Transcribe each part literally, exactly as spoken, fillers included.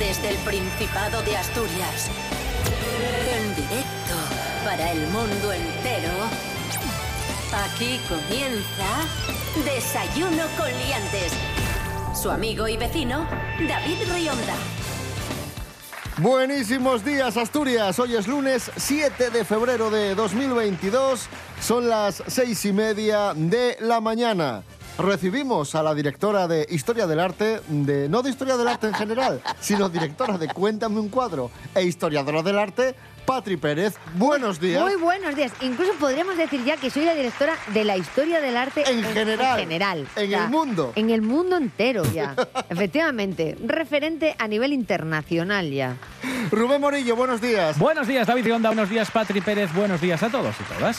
desde el Principado de Asturias, en directo para el mundo entero, aquí comienza Desayuno con Liantes. Su amigo y vecino, David Rionda. Buenísimos días, Asturias. Hoy es lunes siete de febrero de dos mil veintidós. Son las seis y media de la mañana. Recibimos a la directora de Historia del Arte, de no de Historia del Arte en general, sino directora de Cuéntame un cuadro e historiadora del arte, Patri Pérez. Buenos días. Muy buenos días. Incluso podríamos decir ya que soy la directora de la historia del arte en, en general. En general. En o sea, el mundo. En el mundo entero ya. Efectivamente. Referente a nivel internacional ya. Rubén Morillo, buenos días. Buenos días, David Rionda. Buenos días, Patri Pérez. Buenos días a todos y todas.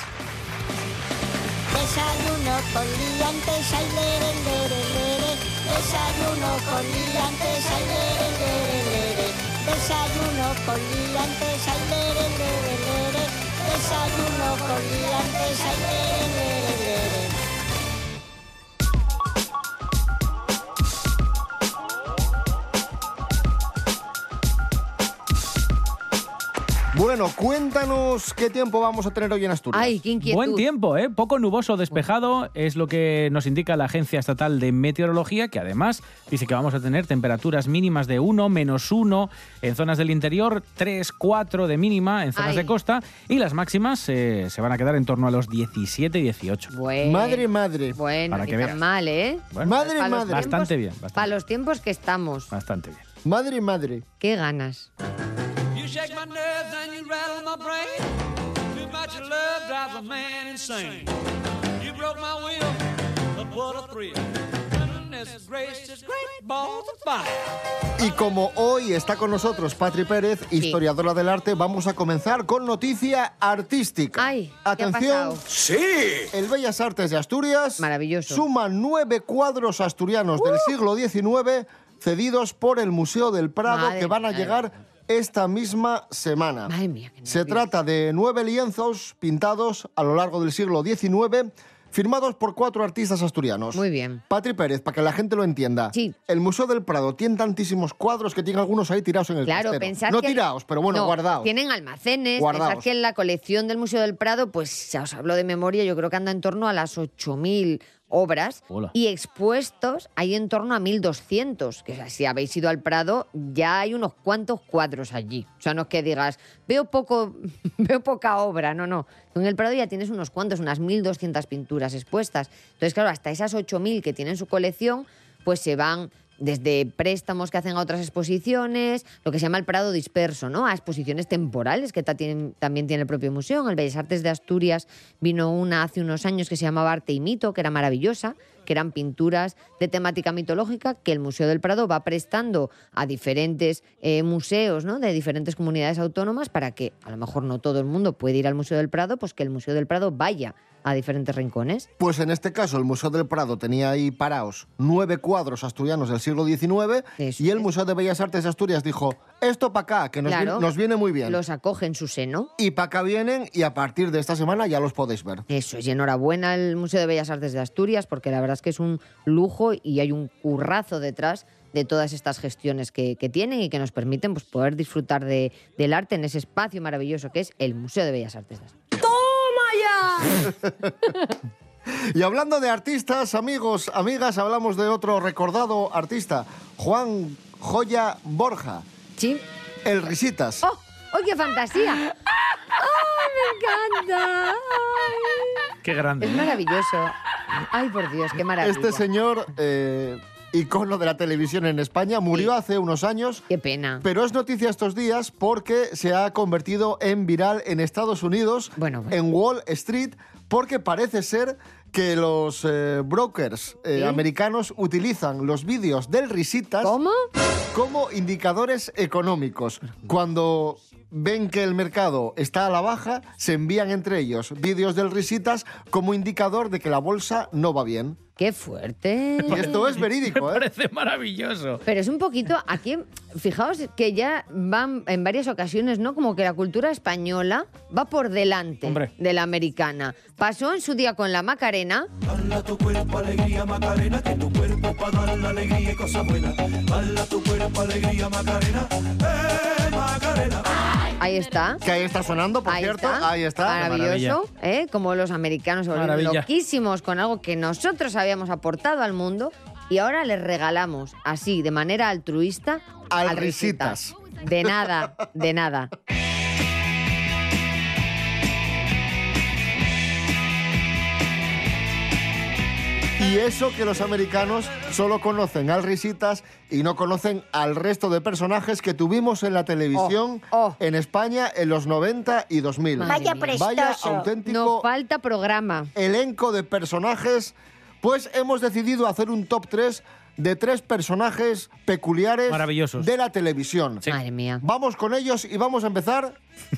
Desayuno con liantes, ay, lere, lere, lere. Desayuno con liantes, ay, lere, lere, lere. Desayuno con liantes, ay, lere, lere, lere. Desayuno con liantes, ay, lere, lere, lere. Bueno, cuéntanos qué tiempo vamos a tener hoy en Asturias. Ay, qué inquietud. Buen tiempo, ¿eh? Poco nuboso, despejado, es lo que nos indica la Agencia Estatal de Meteorología, que además dice que vamos a tener temperaturas mínimas de uno, menos uno, en zonas del interior, tres, cuatro de mínima, en zonas Ay. de costa, y las máximas eh, se van a quedar en torno a los diecisiete y dieciocho. Bueno, Madre, madre. Bueno, Para ni que tan veas. mal, ¿eh? Bueno, Madre, Para los madre. tiempos- Bastante bien, bastante Para bien. los tiempos que estamos. Bastante bien. Madre, madre. Qué ganas. You shake my nerves and you rattle my brain. Too much love drives a man insane. You broke my will, but what a thrill. Goodness gracious, great balls of fire. Y como hoy está con nosotros Patri Pérez, historiadora del arte, vamos a comenzar con noticia artística. Ay, ¿qué ha atención. pasado? ¡Sí! El Bellas Artes de Asturias Maravilloso. suma nueve cuadros asturianos del siglo diecinueve cedidos por el Museo del Prado, Madre que van a mía. llegar esta misma semana. Madre mía, qué Se nervios. trata de nueve lienzos pintados a lo largo del siglo diecinueve, firmados por cuatro artistas asturianos. Muy bien. Patri Pérez, para que la gente lo entienda. Sí. El Museo del Prado tiene tantísimos cuadros que tiene algunos ahí tirados en el Claro, trastero. pensad No que... tirados, pero bueno, No, guardados. Tienen almacenes. Guardados. Pensad que en la colección del Museo del Prado, pues ya os hablo de memoria, yo creo que anda en torno a las ocho mil obras. Hola. Y expuestos hay en torno a mil doscientos. Que o sea, si habéis ido al Prado, ya hay unos cuantos cuadros allí. O sea, no es que digas, veo poco, veo poca obra. No, no. En el Prado ya tienes unos cuantos, unas mil doscientas pinturas expuestas. Entonces, claro, hasta esas ocho mil que tienen su colección, pues se van desde préstamos que hacen a otras exposiciones, lo que se llama el Prado disperso, ¿no? A exposiciones temporales que ta- tienen- también tiene el propio museo. En el Bellas Artes de Asturias vino una hace unos años que se llamaba Arte y Mito, que era maravillosa, que eran pinturas de temática mitológica que el Museo del Prado va prestando a diferentes eh, museos, ¿no? De diferentes comunidades autónomas para que, a lo mejor no todo el mundo puede ir al Museo del Prado, pues que el Museo del Prado vaya a diferentes rincones. Pues en este caso el Museo del Prado tenía ahí parados nueve cuadros asturianos del siglo diecinueve Eso y el es. Museo de Bellas Artes de Asturias dijo, esto para acá, que nos, Claro. viene, nos viene muy bien. Los acoge en su seno. Y para acá vienen y a partir de esta semana ya los podéis ver. Eso es, y enhorabuena al Museo de Bellas Artes de Asturias, porque la verdad es que es un lujo y hay un currazo detrás de todas estas gestiones que, que tienen y que nos permiten pues, poder disfrutar de, del arte en ese espacio maravilloso que es el Museo de Bellas Artes de Asturias. Y hablando de artistas, amigos, amigas, hablamos de otro recordado artista, Juan Joya Borja, ¿Sí? el Risitas. ¡Oh! ¡Oh, qué fantasía! ¡Ay, me encanta! ¡Ay! Qué grande. Es maravilloso. ¡Ay, por Dios, qué maravilla! Este señor, eh, icono de la televisión en España, murió Sí. hace unos años. ¡Qué pena! Pero es noticia estos días porque se ha convertido en viral en Estados Unidos, Bueno, bueno. en Wall Street, porque parece ser que los eh, brokers eh, ¿Sí? americanos utilizan los vídeos del Risitas ¿Cómo? como indicadores económicos. Cuando ven que el mercado está a la baja, se envían entre ellos vídeos del Risitas como indicador de que la bolsa no va bien. ¡Qué fuerte! Y esto es verídico, Me ¿eh? parece maravilloso. Pero es un poquito, aquí, fijaos que ya van en varias ocasiones, ¿no? Como que la cultura española va por delante Hombre. de la americana. Pasó en su día con la Macarena. Bala tu cuerpo, alegría, Macarena, que tu cuerpo para dar la alegría y cosas buenas. Bala tu cuerpo, alegría, Macarena, eh, Macarena. Ahí está. Que ahí está sonando, por Ahí cierto. está. Ahí está. Maravilloso, ¿eh? Como los americanos se volvieron Maravilla. loquísimos con algo que nosotros habíamos aportado al mundo y ahora les regalamos así, de manera altruista, Al al Risitas. De nada, de nada. Y eso que los americanos solo conocen al Risitas y no conocen al resto de personajes que tuvimos en la televisión Oh, oh. en España en los noventa y dos mil. Madre Vaya mía. prestoso. Vaya Nos auténtico falta programa. elenco de personajes. Pues hemos decidido hacer un top tres de tres personajes peculiares Maravillosos. de la televisión. Madre mía. Vamos con ellos y vamos a empezar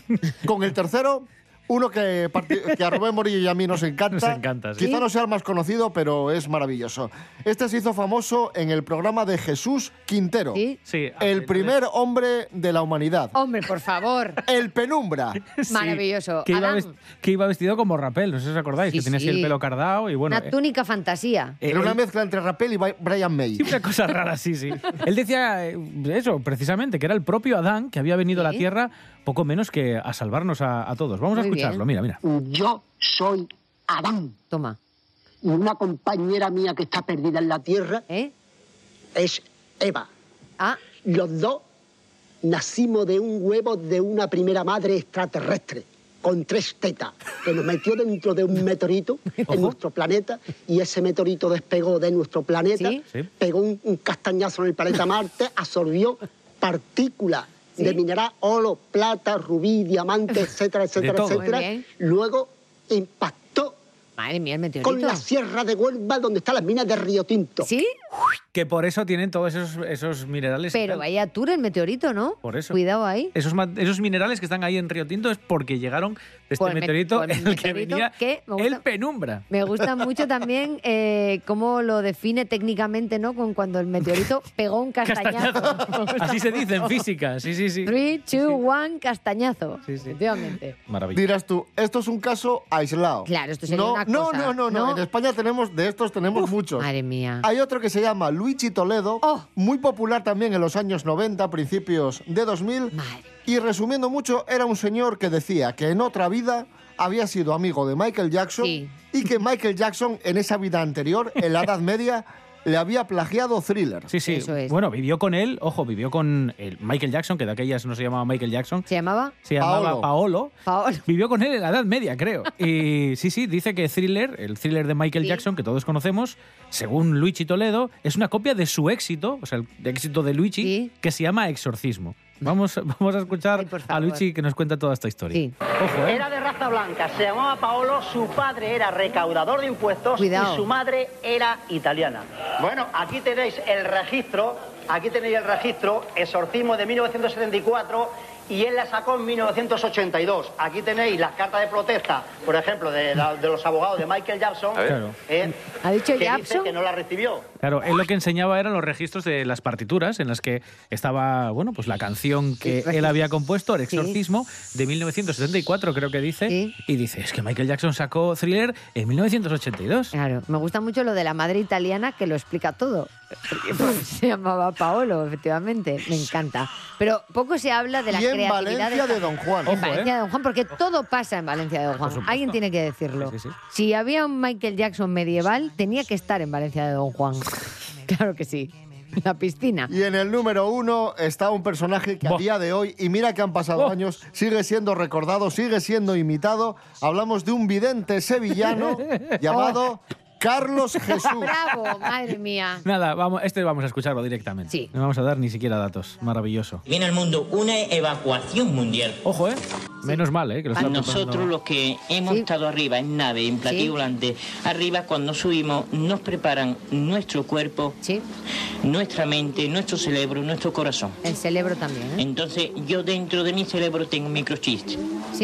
con el tercero. Uno que, parti- que a Rubén Morillo y a mí nos encanta. Nos encanta, sí. Quizá no sea el más conocido, pero es maravilloso. Este se hizo famoso en el programa de Jesús Quintero. ¿Sí? Sí, El primer hombre de la humanidad. Hombre, por favor. El Penumbra. Sí, Maravilloso. Que iba, Adán. vest- que iba vestido como Rapel, no sé si os acordáis, Sí, que tenía así el sí. pelo cardado y bueno. Una eh, túnica fantasía. eh, Era una él- mezcla entre Rappel y Bi- Brian May. Sí, una cosa rara, sí, sí. Él decía eh, eso, precisamente, que era el propio Adán que había venido a la Sí. Tierra poco menos que a salvarnos a, a todos. Vamos a Muy escucharlo, bien. mira, mira. Yo soy Adán Toma. y una compañera mía que está perdida en la tierra ¿Eh? es Eva. Ah, Los dos nacimos de un huevo de una primera madre extraterrestre con tres tetas que nos metió dentro de un meteorito en nuestro planeta y ese meteorito despegó de nuestro planeta, Sí. Sí. pegó un, un castañazo en el planeta Marte, absorbió partículas Sí. de mineral, oro, plata, rubí, diamante, etcétera, etcétera, todo. etcétera. Muy bien. Luego impactó madre mía, el meteorito. con la sierra de Huelva donde están las minas de Río Tinto. ¿Sí? Que por eso tienen todos esos, esos minerales. y Pero tal. vaya tour el meteorito, ¿no? Por eso. Cuidado ahí. Esos, ma- esos minerales que están ahí en Río Tinto es porque llegaron de este Por el met- meteorito por el en el que meteorito venía que me gusta- el Penumbra. Me gusta mucho también eh, cómo lo define técnicamente, ¿no? Con cuando el meteorito pegó un castañazo. Así se dice en física, sí, sí, sí. Three, two, one, castañazo. Sí, sí. Efectivamente. Maravilla. Dirás tú, esto es un caso aislado. Claro, esto sería no, una no, cosa. No, no, no, ¿no? En España tenemos, de estos tenemos muchos. Madre mía. Hay otro que se llama Luigi Toledo, Oh. muy popular también en los años noventa, principios de dos mil. Madre. Y resumiendo mucho, era un señor que decía que en otra vida había sido amigo de Michael Jackson Sí. y que Michael Jackson en esa vida anterior, en la Edad Media, le había plagiado Thriller. Sí, sí. Eso es. Bueno, vivió con él, ojo, vivió con el Michael Jackson, que de aquellas no se llamaba Michael Jackson, ¿Se llamaba? se llamaba Paolo. Paolo. Paolo. Vivió con él en la Edad Media, creo. Y sí, sí, dice que Thriller, el thriller de Michael Sí. Jackson, que todos conocemos, según Luigi Toledo, es una copia de su éxito, o sea, el éxito de Luigi, Sí. que se llama Exorcismo. Vamos, vamos a escuchar Ay, por a favor. Luigi que nos cuenta toda esta historia. Sí. Ojo, ¿eh? Era de raza blanca, se llamaba Paolo, su padre era recaudador de impuestos Cuidado. y su madre era italiana. Bueno, aquí tenéis el registro, aquí tenéis el registro, exorcismo de mil novecientos setenta y cuatro y él la sacó en mil novecientos ochenta y dos. Aquí tenéis las cartas de protesta, por ejemplo, de, la- de los abogados de Michael Jackson, Claro. eh, ¿Ha dicho que dice Jackson? que no la recibió. Claro, él lo que enseñaba eran los registros de las partituras en las que estaba, bueno, pues la canción que Sí. él había compuesto, El Exorcismo, de mil novecientos setenta y cuatro, creo que dice. Sí. Y dice, es que Michael Jackson sacó Thriller en mil novecientos ochenta y dos. Claro, me gusta mucho lo de la madre italiana que lo explica todo. Porque, pues, se llamaba Paolo, efectivamente. Me encanta. Pero poco se habla de la Y en creatividad Valencia esta- de Don Juan. En Ojo, Valencia ¿eh? de Don Juan, porque todo pasa en Valencia de Don Juan. supuesto. Alguien tiene que decirlo. Sí, sí, sí. Si había un Michael Jackson medieval, tenía que estar en Valencia de Don Juan. Claro que sí. La piscina. Y en el número uno está un personaje que a Buah. día de hoy, y mira que han pasado Oh. años, sigue siendo recordado, sigue siendo imitado. Hablamos de un vidente sevillano llamado Carlos Jesús. ¡Bravo! Madre mía. Nada, vamos, este vamos a escucharlo directamente. Sí. No vamos a dar ni siquiera datos. Maravilloso. Viene al mundo una evacuación mundial. Ojo, ¿eh? Menos mal, ¿eh? Que lo está Nosotros preparando. los que hemos Sí. estado arriba en nave, en platillo Sí. volante, arriba cuando subimos nos preparan nuestro cuerpo, Sí, nuestra mente, nuestro cerebro, nuestro corazón. el cerebro también, ¿eh? Entonces yo dentro de mi cerebro tengo un microchip. Sí.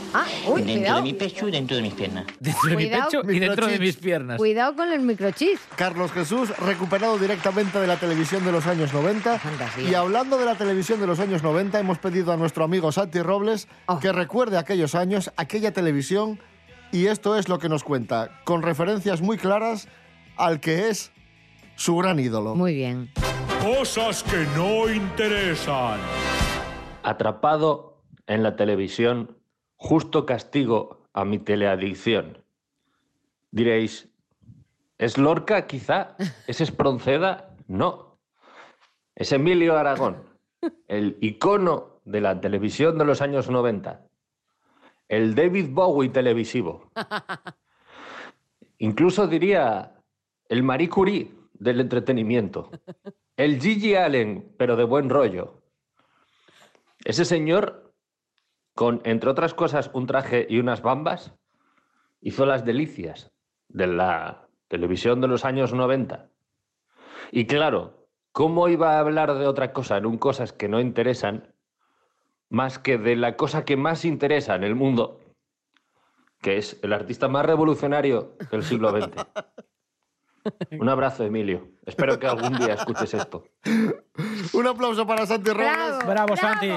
Ah, uy, dentro cuidado. de mi pecho y dentro de mis piernas. Dentro de mi Cuidado. pecho y dentro de mis piernas. Cuidado con el microchip. Carlos Jesús, recuperado directamente de la televisión de los años noventa. Fantasía. Y hablando de la televisión de los años noventa, hemos pedido a nuestro amigo Santi Robles Oh. que recuerde aquellos años, aquella televisión, y esto es lo que nos cuenta, con referencias muy claras al que es su gran ídolo. Muy bien. Cosas que no interesan. Atrapado en la televisión, justo castigo a mi teleadicción. Diréis, ¿es Lorca quizá? ¿Es Espronceda? No. Es Emilio Aragón, el icono de la televisión de los años noventa. El David Bowie televisivo. Incluso diría el Marie Curie del entretenimiento. El Gigi Allen, pero de buen rollo. Ese señor, con, entre otras cosas, un traje y unas bambas, hizo las delicias de la televisión de los años noventa. Y claro, ¿cómo iba a hablar de otra cosa en un cosas que no interesan, más que de la cosa que más interesa en el mundo, que es el artista más revolucionario del siglo veinte? Un abrazo, Emilio. Espero que algún día escuches esto. Un aplauso para Santi Robles. Bravo, Bravo, Santi.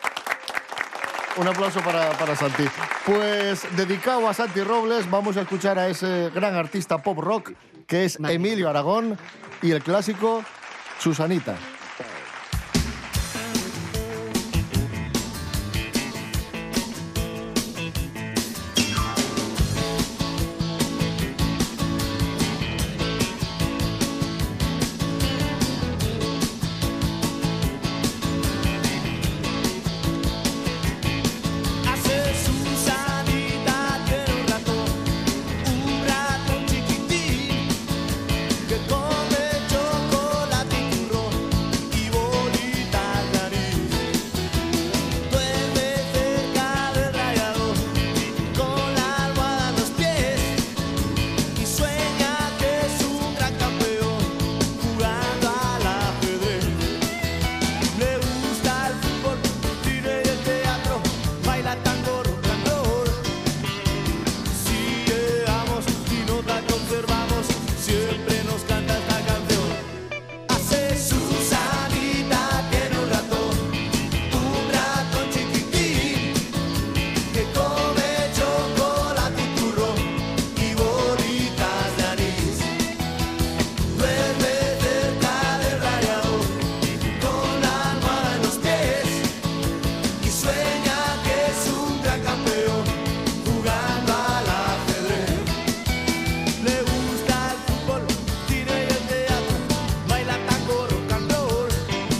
Un aplauso para, para Santi. Pues dedicado a Santi Robles, vamos a escuchar a ese gran artista pop rock que es Emilio Aragón y el clásico Susanita. Hace Susanita, tiene un ratón, un ratón chiquitín, que come chocolate y turrón y bolitas de anís. Duerme cerca del rayador, con la almohada en los pies, y sueña que es un gran campeón, jugando al ajedrez. Le gusta el fútbol, el cine y el teatro, baila tango, rock and roll. Si llegamos y no la conservamos, siempre nos canta esta canción. Hace Susanita, tiene un ratón, un ratón chiquitín, que come chocolate y turrón y bolitas de anís. Duerme cerca del radiador, con la almohada en los pies, y sueña que es un gran campeón, jugando al ajedrez. Le gusta el fútbol, el cine y el teatro, baila tango, rock and roll.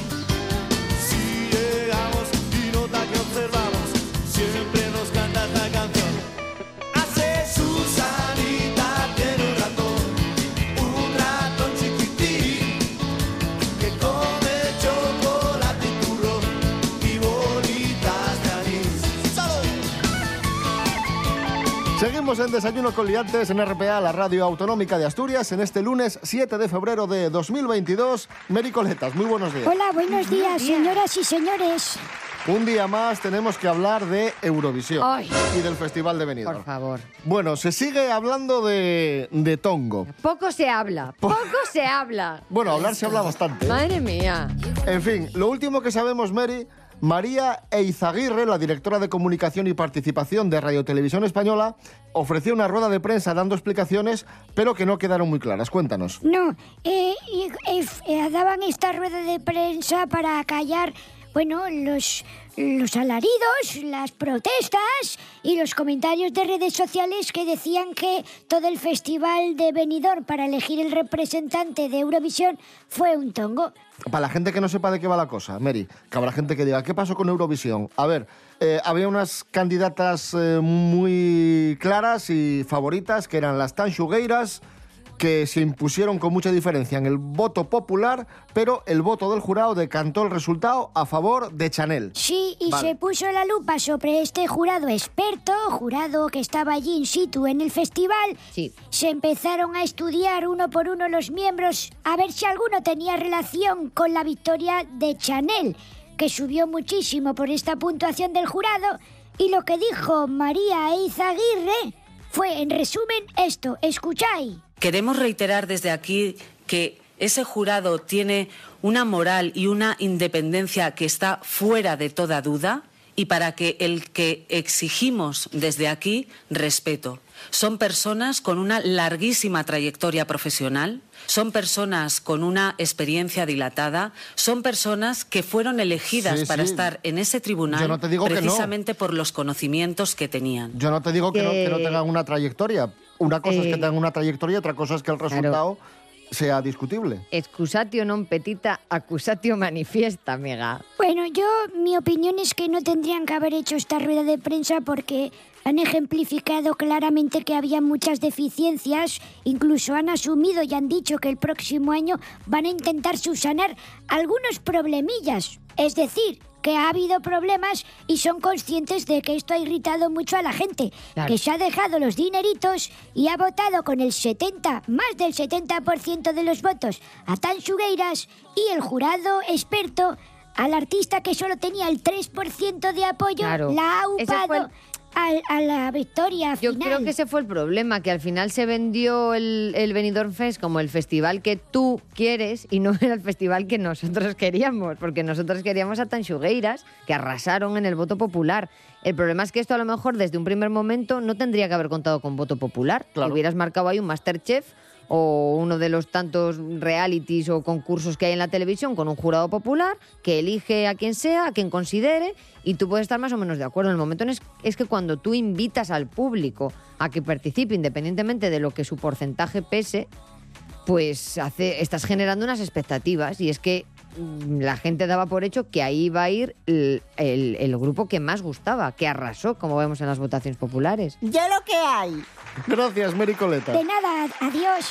Si llegamos y nota que observamos, siempre nos canta esta canción. Hace Susanita, tiene un ratón, un ratón chiquitín, que come chocolate y turrón y bolitas de anís. ¡Salud! Seguimos en Desayuno con Liantes en R P A, la radio autonómica de Asturias, en este lunes siete de febrero de dos mil veintidós. Meri Coletas, muy buenos días. Hola, buenos días, señoras y señores. Un día más tenemos que hablar de Eurovisión Ay. y del Festival de Benidorm. Por favor. Bueno, se sigue hablando de, de Tongo. Poco se habla. Poco se habla. Bueno, hablar se habla bastante. Madre mía. En fin, lo último que sabemos, Mary, María Eizaguirre, la directora de Comunicación y Participación de Radio Televisión Española, ofreció una rueda de prensa dando explicaciones, pero que no quedaron muy claras. Cuéntanos. No, eh, y- eh, f- eh, daban esta rueda de prensa para callar, bueno, los, los alaridos, las protestas y los comentarios de redes sociales que decían que todo el festival de Benidorm para elegir el representante de Eurovisión fue un tongo. Para la gente que no sepa de qué va la cosa, Mary, que habrá gente que diga, ¿qué pasó con Eurovisión? A ver, eh, había unas candidatas eh, muy claras y favoritas, que eran las Tanxugueiras, que se impusieron con mucha diferencia en el voto popular, pero el voto del jurado decantó el resultado a favor de Chanel. Sí, y Vale. se puso la lupa sobre este jurado experto, jurado que estaba allí in situ en el festival. Sí. Se empezaron a estudiar uno por uno los miembros a ver si alguno tenía relación con la victoria de Chanel, que subió muchísimo por esta puntuación del jurado. Y lo que dijo María Eizaguirre fue, en resumen, esto. Escucháis. Queremos reiterar desde aquí que ese jurado tiene una moral y una independencia que está fuera de toda duda, y para que el que exigimos desde aquí respeto. Son personas con una larguísima trayectoria profesional, son personas con una experiencia dilatada, son personas que fueron elegidas Sí, para sí. estar en ese tribunal Yo no te digo que no. precisamente por los conocimientos que tenían. Yo no te digo que, no, que no Que- tengan una trayectoria. Una cosa es que Eh, tengan una trayectoria, otra cosa es que el resultado sea discutible. Excusatio non petita, accusatio manifiesta, amiga. Bueno, yo, mi opinión es que no tendrían que haber hecho esta rueda de prensa porque han ejemplificado claramente que había muchas deficiencias, incluso han asumido y han dicho que el próximo año van a intentar subsanar algunos problemillas. Es decir, que ha habido problemas y son conscientes de que esto ha irritado mucho a la gente, Claro. que se ha dejado los dineritos y ha votado con el setenta, más del setenta por ciento de los votos a Tan Xugueiras, y el jurado experto al artista que solo tenía el tres por ciento de apoyo Claro. la ha Ese fue upado el- al- a la victoria Yo final. creo que ese fue el problema, que al final se vendió el, el Benidorm Fest como el festival que tú quieres y no era el festival que nosotros queríamos, porque nosotros queríamos a Tan Xugueiras, que arrasaron en el voto popular. El problema es que esto a lo mejor desde un primer momento no tendría que haber contado con voto popular. Claro. Hubieras marcado ahí un Masterchef o uno de los tantos realities o concursos que hay en la televisión con un jurado popular que elige a quien sea, a quien considere, y tú puedes estar más o menos de acuerdo. En el momento es, es que cuando tú invitas al público a que participe independientemente de lo que su porcentaje pese, pues hace, estás generando unas expectativas, y es que mm, la gente daba por hecho que ahí iba a ir el, el- el grupo que más gustaba, que arrasó, como vemos en las votaciones populares. Ya lo que hay. Gracias, Mary Coleta. De nada, adiós.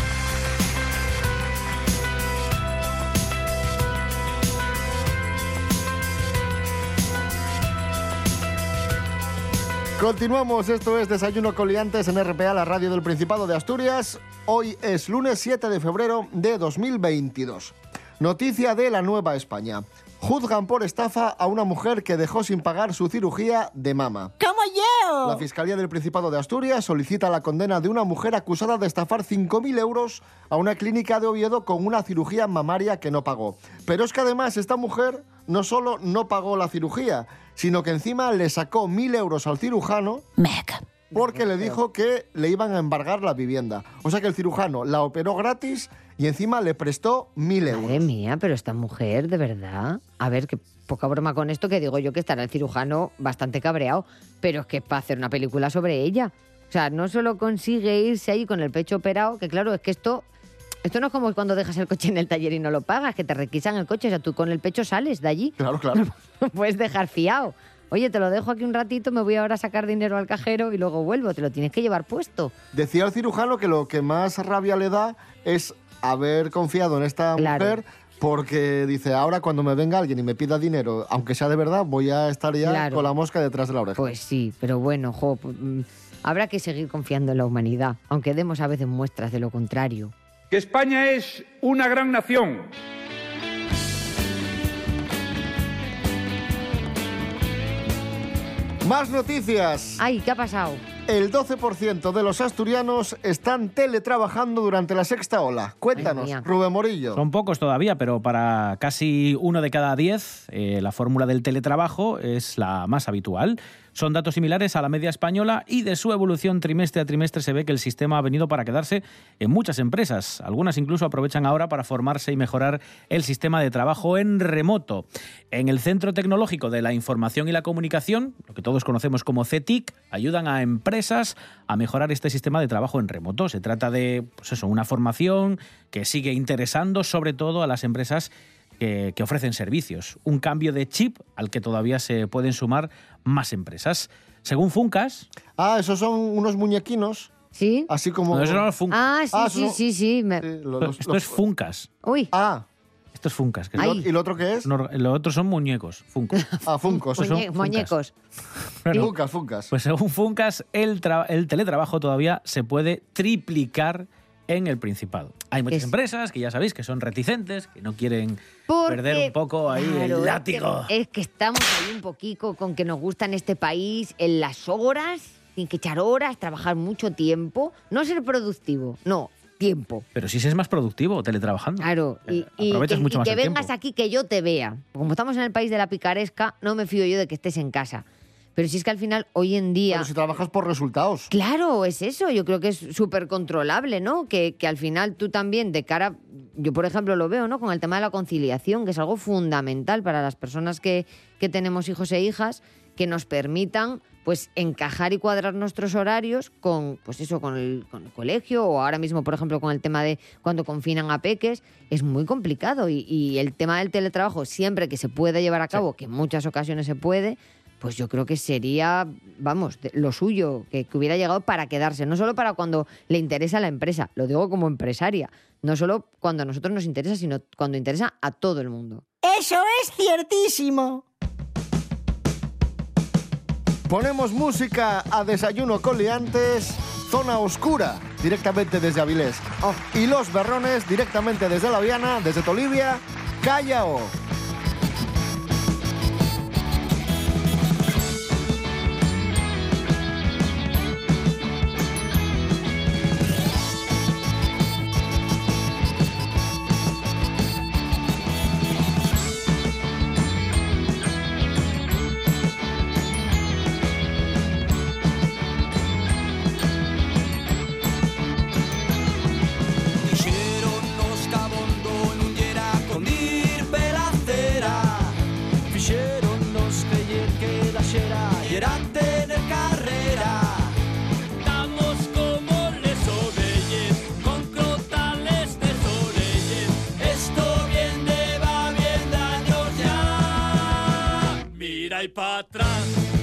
Continuamos, esto es Desayuno con Liantes en R P A, la radio del Principado de Asturias. Hoy es lunes siete de febrero de dos mil veintidós. Noticia de la Nueva España. Juzgan por estafa a una mujer que dejó sin pagar su cirugía de mama. ¡Como yo! La Fiscalía del Principado de Asturias solicita la condena de una mujer acusada de estafar cinco mil euros a una clínica de Oviedo con una cirugía mamaria que no pagó. Pero es que además esta mujer no solo no pagó la cirugía, sino que encima le sacó mil euros al cirujano porque le dijo que le iban a embargar la vivienda. O sea que el cirujano la operó gratis y encima le prestó mil euros. Madre mía, pero esta mujer, de verdad. A ver, que poca broma con esto, que digo yo que estará el cirujano bastante cabreado, pero es que para hacer una película sobre ella. O sea, no solo consigue irse ahí con el pecho operado, que claro, es que esto, esto no es como cuando dejas el coche en el taller y no lo pagas, que te requisan el coche, o sea, tú con el pecho sales de allí. Claro, claro. No puedes dejar fiado. Oye, te lo dejo aquí un ratito, me voy ahora a sacar dinero al cajero y luego vuelvo, te lo tienes que llevar puesto. Decía el cirujano que lo que más rabia le da es haber confiado en esta Claro. mujer, porque dice, ahora cuando me venga alguien y me pida dinero, aunque sea de verdad, voy a estar ya Claro. con la mosca detrás de la oreja. Pues sí, pero bueno, jo, pues, mm, habrá que seguir confiando en la humanidad, aunque demos a veces muestras de lo contrario. Que España es una gran nación. Más noticias. Ay, ¿qué ha pasado? El doce por ciento de los asturianos están teletrabajando durante la sexta ola. Cuéntanos, mía. Rubén Morillo. Son pocos todavía, pero para casi uno de cada diez, eh, la fórmula del teletrabajo es la más habitual. Son datos similares a la media española y de su evolución trimestre a trimestre se ve que el sistema ha venido para quedarse en muchas empresas. Algunas incluso aprovechan ahora para formarse y mejorar el sistema de trabajo en remoto. En el Centro Tecnológico de la Información y la Comunicación, lo que todos conocemos como C E T I C, ayudan a empresas a mejorar este sistema de trabajo en remoto. Se trata de, pues eso, una formación que sigue interesando sobre todo a las empresas que, que ofrecen servicios. Un cambio de chip al que todavía se pueden sumar más empresas. Según Funcas... Ah, esos son unos muñequinos. ¿Sí? Así como... No, esos son los Funcas. Ah, sí, Ah, sí, son- sí, sí. me- lo- los- Esto los- es Funcas. Uy, Ah, Esto es Funcas. Que Ay. ¿y lo otro qué es? no, lo otro son muñecos. Funcos. Ah, Funcos. Pues son muñe- Funcas. muñecos. Bueno, Funcas, Funcas. pues según Funcas, el, tra- el teletrabajo todavía se puede triplicar en el Principado. Hay muchas Es- empresas que ya sabéis que son reticentes, que no quieren Porque, perder un poco ahí claro, el es que- látigo. Es que, estamos ahí un poquito con que nos gusta en este país, en las horas, sin que echar horas, trabajar mucho tiempo, no ser productivo, no, tiempo. Pero sí se es más productivo teletrabajando. Claro, y, y aprovechas que, mucho y más que el vengas tiempo. aquí que yo te vea. Como estamos en el país de la picaresca, no me fío yo de que estés en casa. Pero si es que al final, hoy en día... Pero si trabajas por resultados. Claro, es eso. Yo creo que es súper controlable, ¿no? Que, que al final tú también, de cara... Yo, por ejemplo, lo veo, ¿no? Con el tema de la conciliación, que es algo fundamental para las personas que, que tenemos hijos e hijas, que nos permitan, pues, encajar y cuadrar nuestros horarios con, pues eso, con el, con el colegio, o ahora mismo, por ejemplo, con el tema de cuando confinan a peques. Es muy complicado. Y, y el tema del teletrabajo, siempre que se pueda llevar a cabo, que en muchas ocasiones se puede... Pues yo creo que sería, vamos, de- lo suyo, que, que hubiera llegado para quedarse, no solo para cuando le interesa a la empresa, lo digo como empresaria, no solo cuando a nosotros nos interesa, sino cuando interesa a todo el mundo. Eso es ciertísimo. Ponemos música a Desayuno con Liantes, Zona Oscura, directamente desde Avilés. Y Los Berrones, directamente desde La Viana, desde Tolivia, Callao. Fixéronnos cabondo nun yera con dir pela cera. Fixéronnos creyer que la xera yera tener carrera. Damos como les ovelles, con crotales de orelles. Esto bien de va bien de años ya. Mira y pa' atrás.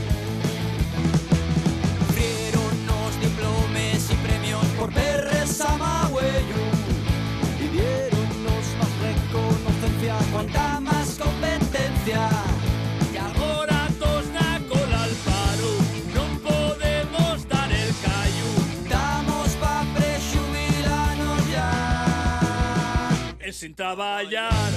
Frieronnos diplomes y premios por perres a Magüello. Y dieronnos más reconocencia, cuanta más competencia. Y agora tos na cola al paro, non podemos dar el callo. Damos pa' prexubilarnos ya. E sin traballar.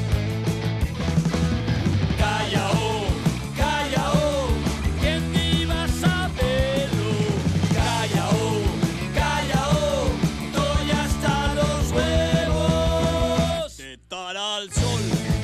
Callao, callao, quen iba a saberlo. Callao, callao, estoy hasta los huevos de estar al sol.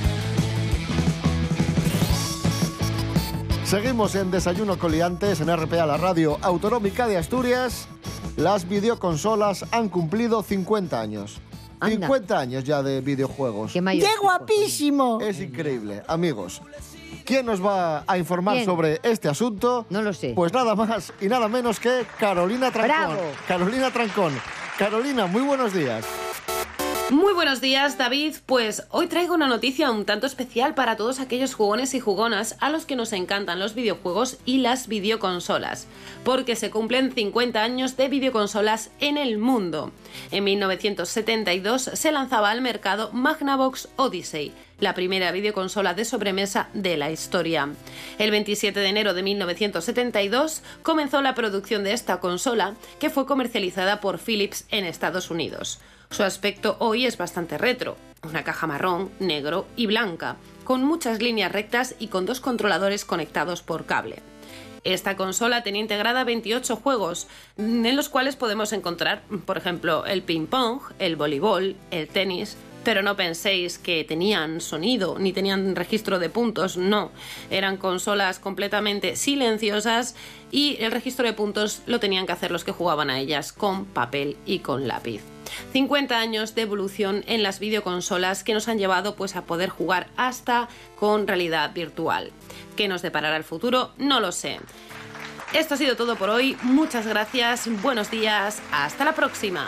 Seguimos en Desayuno con Liantes, en R P A, la radio autonómica de Asturias. Las videoconsolas han cumplido cincuenta años. Anda. cincuenta años ya de videojuegos. Qué mayor. ¡Qué guapísimo! Es increíble. Amigos, ¿quién nos va a informar ¿Quién? sobre este asunto? No lo sé. Pues nada más y nada menos que Carolina Trancón. ¡Bravo! Carolina Trancón. Carolina, muy buenos días. Muy buenos días, David. Pues hoy traigo una noticia un tanto especial para todos aquellos jugones y jugonas a los que nos encantan los videojuegos y las videoconsolas, porque se cumplen cincuenta años de videoconsolas en el mundo. En mil novecientos setenta y dos se lanzaba al mercado Magnavox Odyssey, la primera videoconsola de sobremesa de la historia. El veintisiete de enero de mil novecientos setenta y dos comenzó la producción de esta consola, que fue comercializada por Philips en Estados Unidos. Su aspecto hoy es bastante retro, una caja marrón, negro y blanca, con muchas líneas rectas y con dos controladores conectados por cable. Esta consola tenía integrada veintiocho juegos, en los cuales podemos encontrar, por ejemplo, el ping-pong, el voleibol, el tenis. Pero no penséis que tenían sonido ni tenían registro de puntos, no. Eran consolas completamente silenciosas y el registro de puntos lo tenían que hacer los que jugaban a ellas con papel y con lápiz. cincuenta años de evolución en las videoconsolas que nos han llevado pues a poder jugar hasta con realidad virtual. ¿Qué nos deparará el futuro? No lo sé. Esto ha sido todo por hoy. Muchas gracias, buenos días, hasta la próxima.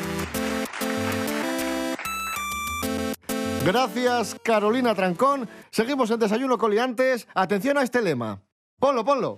Gracias, Carolina Trancón. Seguimos en Desayuno con Liantes. Atención a este lema. Ponlo, ponlo.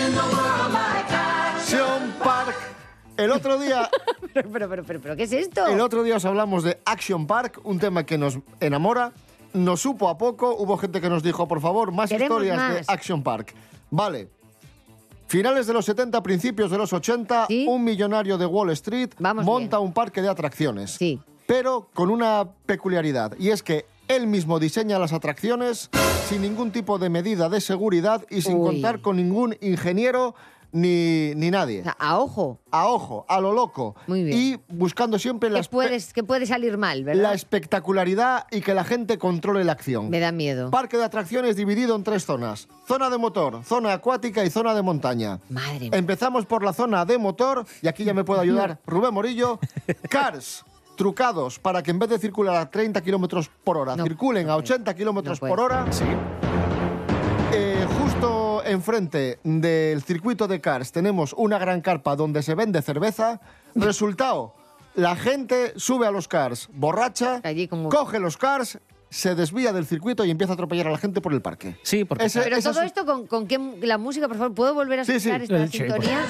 Action Park. El otro día... pero, pero, pero, pero, pero, ¿qué es esto? El otro día os hablamos de Action Park, un tema que nos enamora. Nos supo a poco. Hubo gente que nos dijo, por favor, más Queremos historias más. de Action Park. Vale. Finales de los setenta, principios de los ochenta, un millonario de Wall Street Vamos monta bien. un parque de atracciones. Sí. Pero con una peculiaridad, y es que él mismo diseña las atracciones sin ningún tipo de medida de seguridad y sin Uy. contar con ningún ingeniero ni, ni nadie. O sea, a ojo. A ojo, a lo loco. Muy bien. Y buscando siempre Que, las pe- puedes, que puede salir mal, ¿verdad? la espectacularidad y que la gente controle la acción. Me da miedo. Parque de atracciones dividido en tres zonas. Zona de motor, zona acuática y zona de montaña. Madre mía. Empezamos por la zona de motor, y aquí ya me puede ayudar Rubén Morillo. Cars, trucados para que en vez de circular a treinta kilómetros por hora, No, circulen no a puede. ochenta kilómetros No por puede. hora. Sí. Eh, justo enfrente del circuito de Cars tenemos una gran carpa donde se vende cerveza. Resultado, la gente sube a los Cars borracha, Allí como- coge los Cars, se desvía del circuito y empieza a atropellar a la gente por el parque. Sí, porque... Ese- Pero esa todo es- esto con, con qué la música, por favor, ¿puedo volver a Sí, escuchar sí. esta Sí, sintonía?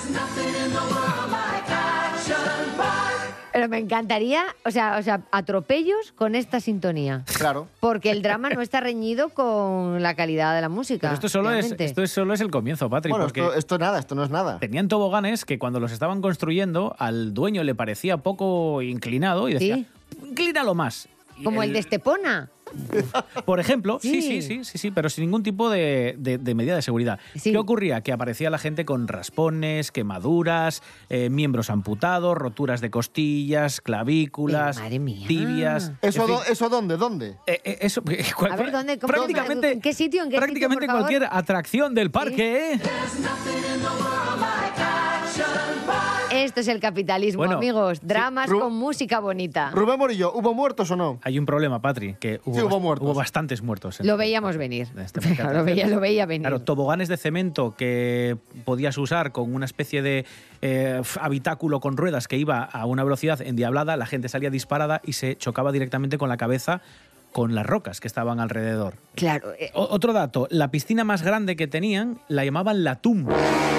Pero me encantaría, o sea, o sea, atropellos con esta sintonía. Claro. Porque el drama no está reñido con la calidad de la música. Pero esto solo, es, realmente. esto es, solo es el comienzo, Patrick, Bueno, porque esto, esto nada, esto no es nada. tenían toboganes que cuando los estaban construyendo al dueño le parecía poco inclinado y decía, Sí. inclínalo más. Y Como el de Estepona. Por ejemplo, sí, sí, Sí. sí, sí, sí, pero sin ningún tipo de, de- de medida de seguridad. Sí. ¿Qué ocurría? Que aparecía la gente con raspones, quemaduras, eh, miembros amputados, roturas de costillas, clavículas, Pero, madre mía. tibias. ¿Eso, en fin, do- ¿Eso dónde? ¿Dónde? eh, eh, eso, A ver, ¿dónde? ¿Cómo- prácticamente, ¿En qué sitio? ¿En qué prácticamente sitio, por favor? cualquier atracción del parque, ¿eh? Esto es el capitalismo, Bueno, amigos. Dramas Ru- con música bonita. Rubén Morillo, ¿hubo muertos o no? Hay un problema, Patri, que hubo, Sí, hubo bast- muertos. hubo bastantes muertos. en Lo este- veíamos venir. en este parque de lo, veía, atracciones. lo veía venir. Claro, toboganes de cemento que podías usar con una especie de eh, f- habitáculo con ruedas que iba a una velocidad endiablada, la gente salía disparada y se chocaba directamente con la cabeza con las rocas que estaban alrededor. Claro, eh, O- otro dato, la piscina más grande que tenían la llamaban La Tumba.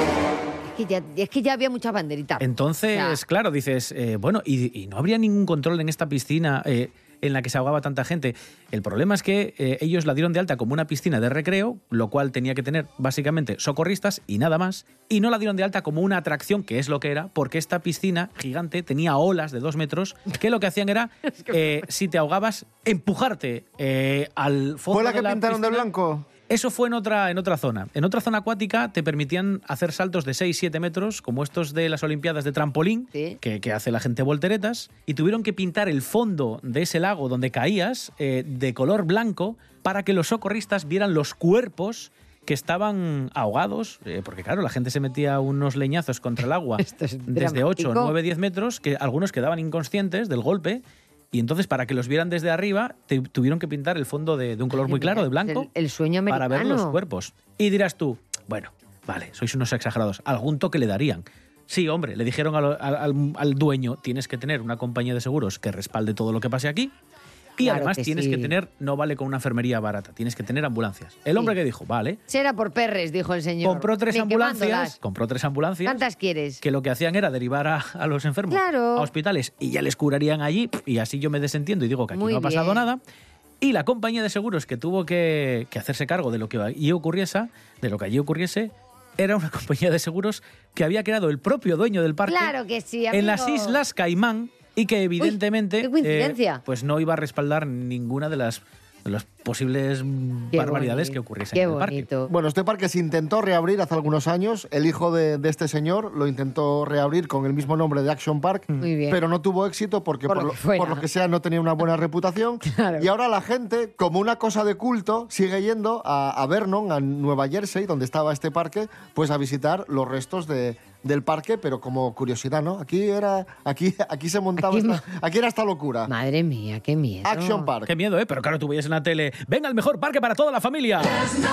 es, que ya, es que ya había muchas banderitas. Entonces, Ya. claro, dices, eh, bueno, y, y no habría ningún control en esta piscina eh, en la que se ahogaba tanta gente. El problema es que eh, ellos la dieron de alta como una piscina de recreo, lo cual tenía que tener básicamente socorristas y nada más, y no la dieron de alta como una atracción, que es lo que era, porque esta piscina gigante tenía olas de dos metros, que lo que hacían era, eh, si te ahogabas, empujarte eh, al fondo ¿Fue la de que pintaron de piscina. blanco? Eso fue en otra, en otra zona. En otra zona acuática te permitían hacer saltos de seis siete metros, como estos de las Olimpiadas de trampolín, Sí. que, que hace la gente volteretas, y tuvieron que pintar el fondo de ese lago donde caías eh, de color blanco para que los socorristas vieran los cuerpos que estaban ahogados, eh, porque claro, la gente se metía unos leñazos contra el agua Esto es desde ocho, dramático. nueve, diez metros, que algunos quedaban inconscientes del golpe. Y entonces, para que los vieran desde arriba, te- tuvieron que pintar el fondo de, de un color muy claro, de blanco, El, el sueño para americano. ver los cuerpos. Y dirás tú, bueno, vale, sois unos exagerados, algún toque le darían. Sí, hombre, le dijeron al, al- al- al dueño, tienes que tener una compañía de seguros que respalde todo lo que pase aquí. Y Claro además que tienes sí. que tener, no vale con una enfermería barata, tienes que tener ambulancias. El hombre que dijo, vale, Será por perres, dijo el señor. compró tres Ni ambulancias, quemándolas. compró tres ambulancias, ¿Cuántas quieres? que lo que hacían era derivar a, a los enfermos Claro. a hospitales y ya les curarían allí, y así yo me desentiendo y digo que aquí Muy no ha pasado bien. nada. Y la compañía de seguros que tuvo que, que hacerse cargo de lo que allí ocurriese, de lo que allí ocurriese, era una compañía de seguros que había creado el propio dueño del parque Claro que sí, en las amigo. Islas Caimán, y que evidentemente qué coincidencia. eh, pues no iba a respaldar ninguna de las, de las posibles mm, Qué barbaridades bonito, que ocurriesen Qué en el parque. bonito. Bueno, este parque se intentó reabrir hace algunos años. El hijo de, de este señor lo intentó reabrir con el mismo nombre de Action Park, Muy bien. pero no tuvo éxito porque Por por, lo lo, que fuera. por lo que sea no tenía una buena reputación. Claro. Y ahora la gente, como una cosa de culto, sigue yendo a, a Vernon, a Nueva Jersey, donde estaba este parque, pues a visitar los restos de, del parque, pero como curiosidad, ¿no? Aquí era, aquí, aquí se montaba, Aquí esta- aquí era esta locura. Madre mía, qué miedo. Action Park. Qué miedo, ¿eh? Pero claro, tú veías en la tele, venga el mejor parque para toda la familia.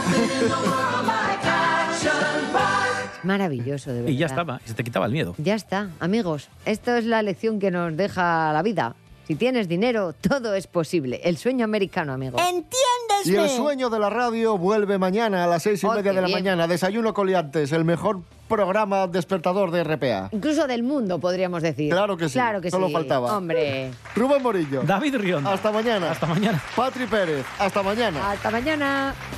Maravilloso, de verdad. Y ya estaba, y se te quitaba el miedo. Ya está, amigos. Esto es la lección que nos deja la vida. Si tienes dinero, todo es posible. El sueño americano, amigos. Y el sueño de la radio vuelve mañana a las seis y Oh, media qué de la bien. mañana. Desayuno Coliantes, el mejor programa despertador de R P A. Incluso del mundo, podríamos decir. Claro que sí, Claro que solo sí. faltaba. Hombre. Rubén Morillo. David Rionda. Hasta mañana. Hasta mañana. Patri Pérez. Hasta mañana. Hasta mañana.